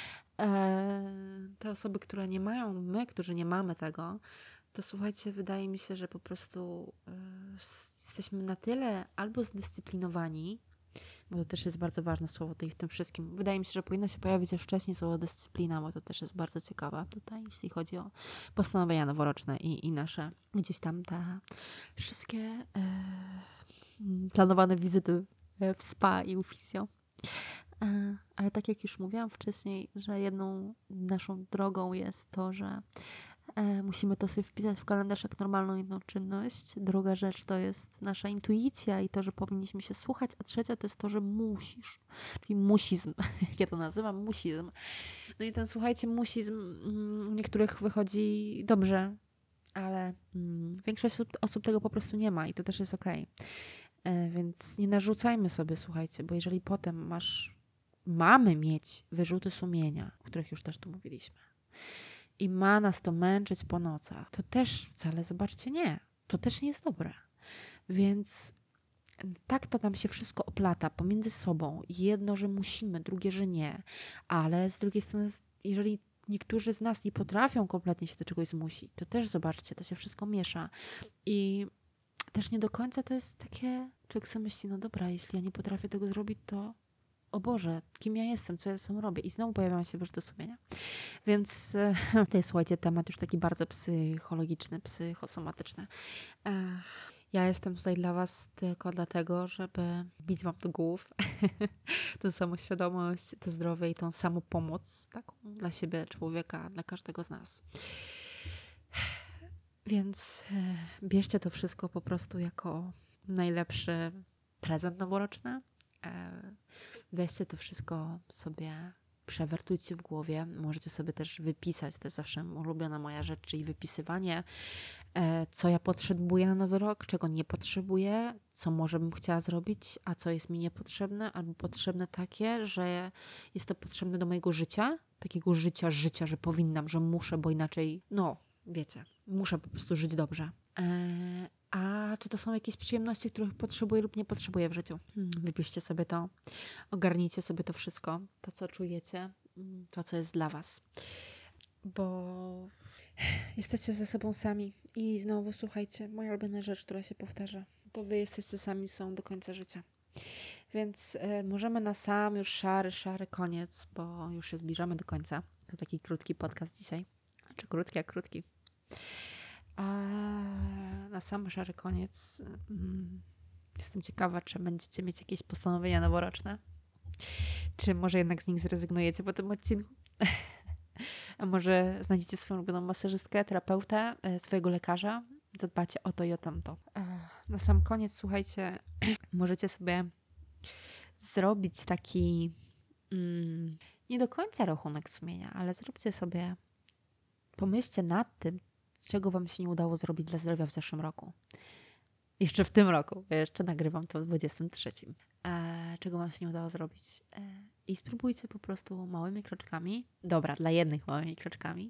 Te osoby, które nie mają, my, którzy nie mamy tego, to słuchajcie, wydaje mi się, że po prostu jesteśmy na tyle albo zdyscyplinowani, bo to też jest bardzo ważne słowo tutaj w tym wszystkim. Wydaje mi się, że powinno się pojawić już wcześniej słowo dyscyplina, bo to też jest bardzo ciekawe tutaj, jeśli chodzi o postanowienia noworoczne i nasze gdzieś tam te wszystkie planowane wizyty w spa i u fizjo. Ale tak jak już mówiłam wcześniej, że jedną naszą drogą jest to, że musimy to sobie wpisać w kalendarz jak normalną jedną czynność. Druga rzecz to jest nasza intuicja i to, że powinniśmy się słuchać, a trzecia to jest to, że musisz, czyli musizm, jak ja to nazywam, musizm. No i ten, słuchajcie, musizm u niektórych wychodzi dobrze, ale większość osób tego po prostu nie ma i to też jest okej. Więc nie narzucajmy sobie, słuchajcie, bo jeżeli potem mamy mieć wyrzuty sumienia, o których już też tu mówiliśmy, i ma nas to męczyć po nocach, to też wcale, zobaczcie, nie. To też nie jest dobre. Więc tak to nam się wszystko oplata pomiędzy sobą. Jedno, że musimy, drugie, że nie. Ale z drugiej strony, jeżeli niektórzy z nas nie potrafią kompletnie się do czegoś zmusić, to też zobaczcie, to się wszystko miesza. I też nie do końca to jest takie, człowiek sobie myśli, no dobra, jeśli ja nie potrafię tego zrobić, to o Boże, kim ja jestem, co ja ze sobą robię? I znowu pojawiają się wyrzuty sumienia. Więc to jest, słuchajcie, temat już taki bardzo psychologiczny, psychosomatyczny. Ja jestem tutaj dla was tylko dlatego, żeby bić wam do głów tę samoświadomość, to zdrowie i tą samopomoc taką dla siebie, człowieka, dla każdego z nas. Więc bierzcie to wszystko po prostu jako najlepszy prezent noworoczny. Weźcie to wszystko sobie, przewertujcie w głowie. Możecie sobie też wypisać, to jest zawsze ulubiona moja rzecz, czyli wypisywanie, co ja potrzebuję na nowy rok, czego nie potrzebuję, co może bym chciała zrobić, a co jest mi niepotrzebne, albo potrzebne takie, że jest to potrzebne do mojego życia, takiego życia, że powinnam, że muszę, bo inaczej, no, wiecie, muszę po prostu żyć dobrze. A czy to są jakieś przyjemności, których potrzebuję lub nie potrzebuję w życiu? Wypiszcie sobie to, ogarnijcie sobie to wszystko, to co czujecie, to co jest dla was. Bo jesteście ze sobą sami i znowu słuchajcie, moja ulubiona rzecz, która się powtarza, to wy jesteście sami są do końca życia. Więc możemy na sam już szary koniec, bo już się zbliżamy do końca. To taki krótki podcast dzisiaj. Czy krótki, jak krótki. A na sam szary koniec jestem ciekawa, czy będziecie mieć jakieś postanowienia noworoczne. Czy może jednak z nich zrezygnujecie po tym odcinku? A może znajdziecie swoją ulubioną masażystkę, terapeutę, swojego lekarza? Zadbacie o to i o tamto. Na sam koniec, słuchajcie, możecie sobie zrobić taki nie do końca rachunek sumienia, ale zróbcie sobie, pomyślcie nad tym, czego wam się nie udało zrobić dla zdrowia w zeszłym roku. Jeszcze w tym roku, bo jeszcze nagrywam to w 23. Czego wam się nie udało zrobić. I spróbujcie po prostu małymi kroczkami, dobra, dla jednych małymi kroczkami,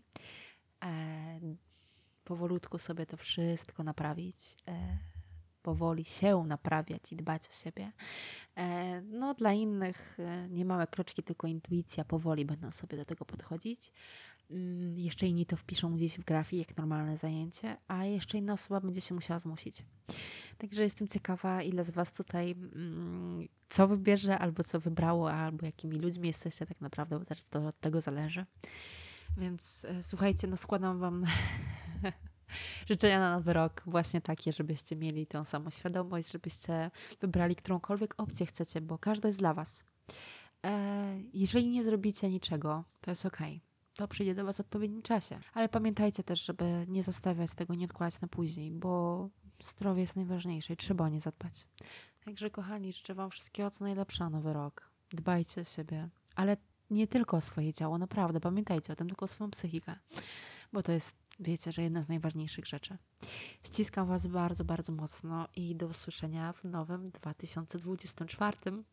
powolutku sobie to wszystko naprawić, powoli się naprawiać i dbać o siebie. No dla innych nie małe kroczki, tylko intuicja, powoli będą sobie do tego podchodzić. Jeszcze inni to wpiszą gdzieś w grafii jak normalne zajęcie, a jeszcze inna osoba będzie się musiała zmusić. Także jestem ciekawa, ile z was tutaj co wybierze, albo co wybrało, albo jakimi ludźmi jesteście tak naprawdę, bo też to od tego zależy. Więc słuchajcie, no składam wam życzenia na nowy rok właśnie takie, żebyście mieli tą samoświadomość, żebyście wybrali którąkolwiek opcję chcecie, bo każda jest dla was. Jeżeli nie zrobicie niczego, to jest okej. To przyjdzie do was w odpowiednim czasie. Ale pamiętajcie też, żeby nie zostawiać tego, nie odkładać na później, bo zdrowie jest najważniejsze i trzeba o nie zadbać. Także kochani, życzę wam wszystkiego co najlepsze na nowy rok. Dbajcie o siebie, ale nie tylko o swoje ciało, naprawdę. Pamiętajcie o tym, tylko o swoją psychikę, bo to jest, wiecie, że jedna z najważniejszych rzeczy. Ściskam was bardzo, bardzo mocno i do usłyszenia w nowym 2024.